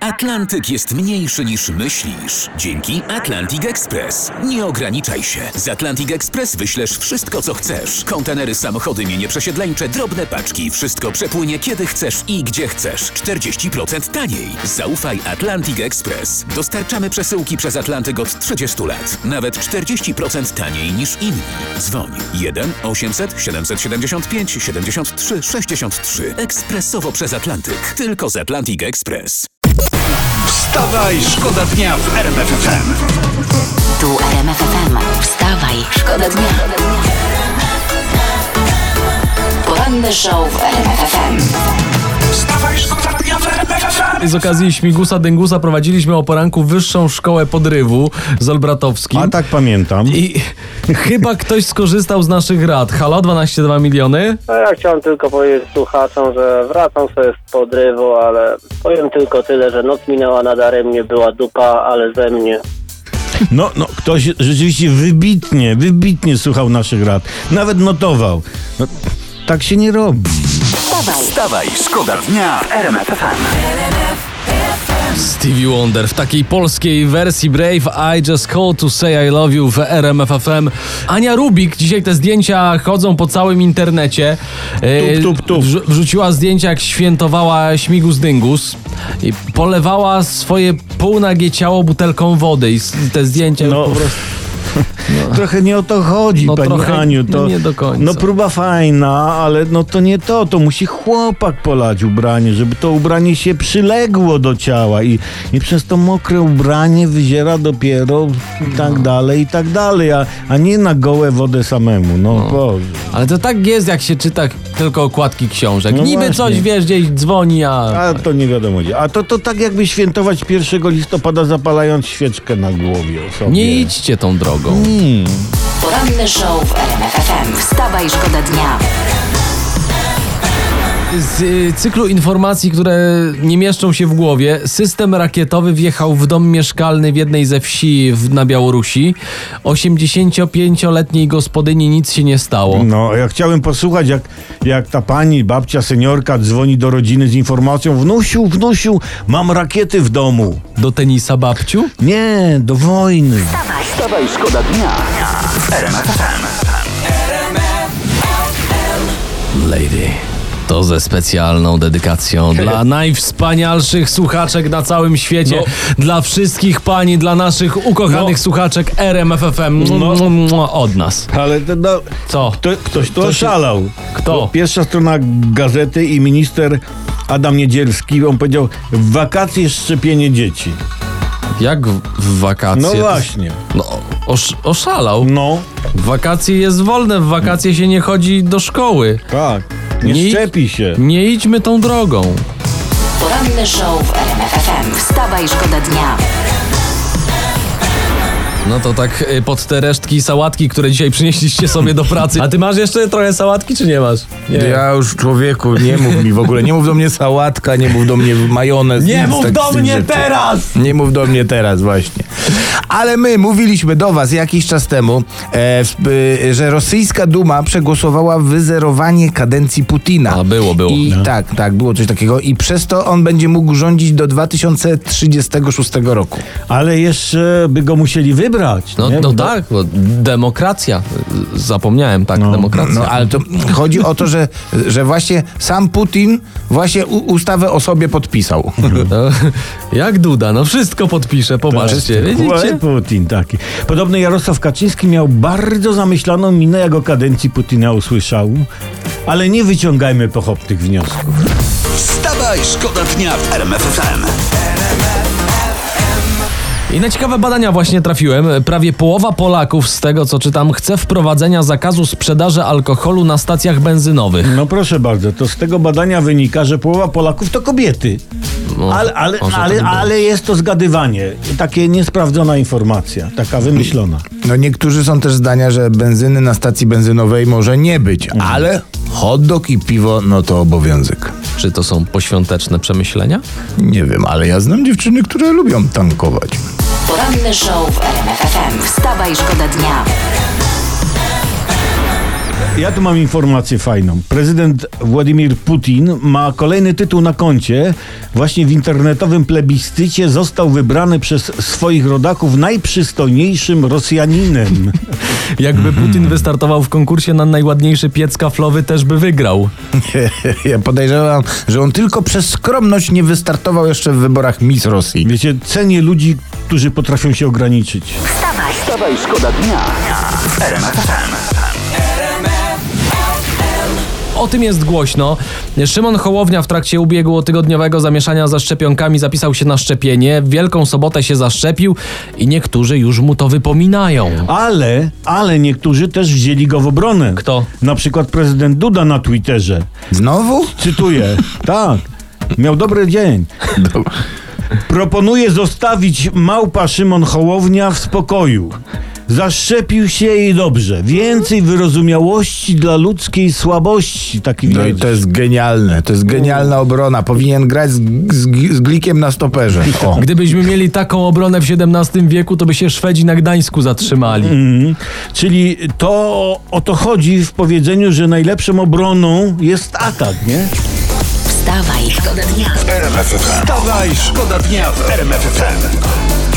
Atlantyk jest mniejszy niż myślisz. Dzięki Atlantic Express. Nie ograniczaj się. Z Atlantic Express wyślesz wszystko, co chcesz. Kontenery, samochody, mienie przesiedleńcze, drobne paczki. Wszystko przepłynie kiedy chcesz i gdzie chcesz. 40% taniej. Zaufaj Atlantic Express. Dostarczamy przesyłki przez Atlantyk od 30 lat. Nawet 40% taniej niż inni. Dzwoń 1 800 775 73 63. Ekspresowo przez Atlantyk. Tylko z Atlantic Express. Wstawaj, szkoda dnia w RMF FM. Tu RMF FM. Wstawaj, szkoda dnia. Poranny show w RMF FM. Wstawaj, szkoda dnia w RMF FM. Z okazji Śmigusa Dyngusa prowadziliśmy o poranku Wyższą Szkołę Podrywu z Olbratowskim. A tak pamiętam. I chyba ktoś skorzystał z naszych rad. Halo, 12,2 miliony? No ja chciałem tylko powiedzieć słuchaczom, że wracam sobie z podrywu, ale powiem tylko tyle, że noc minęła nadaremnie, była dupa, ale ze mnie. No, ktoś rzeczywiście wybitnie słuchał naszych rad. Nawet notował. No, tak się nie robi. Wstawaj, szkoda dnia w RMF FM. Stevie Wonder w takiej polskiej wersji Brave I Just Called to Say I Love You w RMF FM. Ania Rubik, dzisiaj te zdjęcia chodzą po całym internecie. Tup. Wrzuciła zdjęcia, jak świętowała Śmigus Dyngus i polewała swoje półnagie ciało butelką wody i te zdjęcia No, po prostu... Trochę nie o to chodzi, pani trochę Aniu. To, nie do końca. No próba fajna, ale no to nie to. To musi chłopak polać ubranie, żeby to ubranie się przyległo do ciała i przez to mokre ubranie wyziera dopiero i tak dalej, a nie na gołe wodę samemu. No Boże. Ale to tak jest, jak się czyta tylko okładki książek. No Niby właśnie. coś, wiesz, gdzieś dzwoni, A to nie wiadomo gdzie. A to tak jakby świętować 1 listopada zapalając świeczkę na głowie sobie. Nie idźcie tą drogą. Poranny show w RMF FM. Wstawaj, szkoda dnia. Z cyklu informacji, które nie mieszczą się w głowie, system rakietowy wjechał w dom mieszkalny w jednej ze wsi na Białorusi. 85-letniej gospodyni nic się nie stało. No, ja chciałem posłuchać, jak ta pani, babcia, seniorka dzwoni do rodziny z informacją: wnusiu, mam rakiety w domu. Do tenisa, babciu? Nie, do wojny. Wstawaj, szkoda dnia w RMF FM. Lady. To ze specjalną dedykacją dla najwspanialszych słuchaczek na całym świecie, dla wszystkich pani, dla naszych ukochanych słuchaczek RMF FM. Od nas. Ale Co? Ktoś to oszalał. Kto? Bo pierwsza strona gazety i minister Adam Niedzielski, on powiedział: w wakacje szczepienie dzieci. Jak w wakacje? No właśnie. No, oszalał. No, W wakacje jest wolne, w wakacje się nie chodzi do szkoły. tak. Nie szczepi się. Nie idźmy tą drogą. Poranny show w RMF FM. Wstawaj, szkoda dnia. No to tak pod te resztki sałatki, które dzisiaj przynieśliście sobie do pracy. A ty masz jeszcze trochę sałatki, czy nie masz? Nie. Ja już, człowieku, nie mów mi w ogóle, nie mów do mnie sałatka, nie mów do mnie majonez. Nie nic mów tak do z tych mnie rzeczy. teraz! Nie mów do mnie teraz, właśnie. Ale my mówiliśmy do was jakiś czas temu, że rosyjska Duma przegłosowała wyzerowanie kadencji Putina. A, było. I tak, było coś takiego i przez to on będzie mógł rządzić do 2036 roku. Ale jeszcze by go musieli wybrać. nie? No tak, bo demokracja. Zapomniałem, tak, demokracja. No ale to chodzi o to, że właśnie sam Putin właśnie ustawę o sobie podpisał. No, jak Duda, no wszystko podpisze, popatrzcie, widzicie? Putin taki. Podobno Jarosław Kaczyński miał bardzo zamyślaną minę, jak o kadencji Putina usłyszał. Ale nie wyciągajmy pochopnych wniosków. Wstawaj, szkoda dnia w RMF FM. I na ciekawe badania właśnie trafiłem. Prawie połowa Polaków, z tego co czytam, chce wprowadzenia zakazu sprzedaży alkoholu na stacjach benzynowych. No proszę bardzo, to z tego badania wynika, że połowa Polaków to kobiety. Ale jest to zgadywanie. Takie niesprawdzona informacja, taka wymyślona. No niektórzy są też zdania, że benzyny na stacji benzynowej może nie być, ale hot dog i piwo, no to obowiązek. Czy to są poświąteczne przemyślenia? Nie wiem, ale ja znam dziewczyny, które lubią tankować. Poranny show w RMF FM. Wstawaj, szkoda dnia. Ja tu mam informację fajną. Prezydent Władimir Putin ma kolejny tytuł na koncie. Właśnie w internetowym plebiscycie został wybrany przez swoich rodaków najprzystojniejszym Rosjaninem. Jakby Putin wystartował w konkursie na najładniejszy piec kaflowy, też by wygrał. Ja podejrzewam, że on tylko przez skromność nie wystartował jeszcze w wyborach Miss Rosji. Wiecie, cenię ludzi, którzy potrafią się ograniczyć. Wstawaj, szkoda dnia w RMF FM. O tym jest głośno. Szymon Hołownia w trakcie ubiegłotygodniowego zamieszania ze szczepionkami zapisał się na szczepienie. W Wielką Sobotę się zaszczepił i niektórzy już mu to wypominają. Ale niektórzy też wzięli go w obronę. Kto? Na przykład prezydent Duda na Twitterze. Znowu? Cytuję. Tak. Miał dobry dzień. Proponuję zostawić małpa Szymon Hołownia w spokoju. Zaszczepił się i dobrze. Więcej wyrozumiałości dla ludzkiej słabości. Taki No i wiersz. to jest genialne. To jest genialna obrona. Powinien grać z Glikiem na stoperze. O. Gdybyśmy mieli taką obronę w XVII wieku, to by się Szwedzi na Gdańsku zatrzymali. Czyli to o to chodzi w powiedzeniu, że najlepszą obroną jest atak, nie? Wstawaj, szkoda dnia. Wstawaj, szkoda dnia w RMF FM.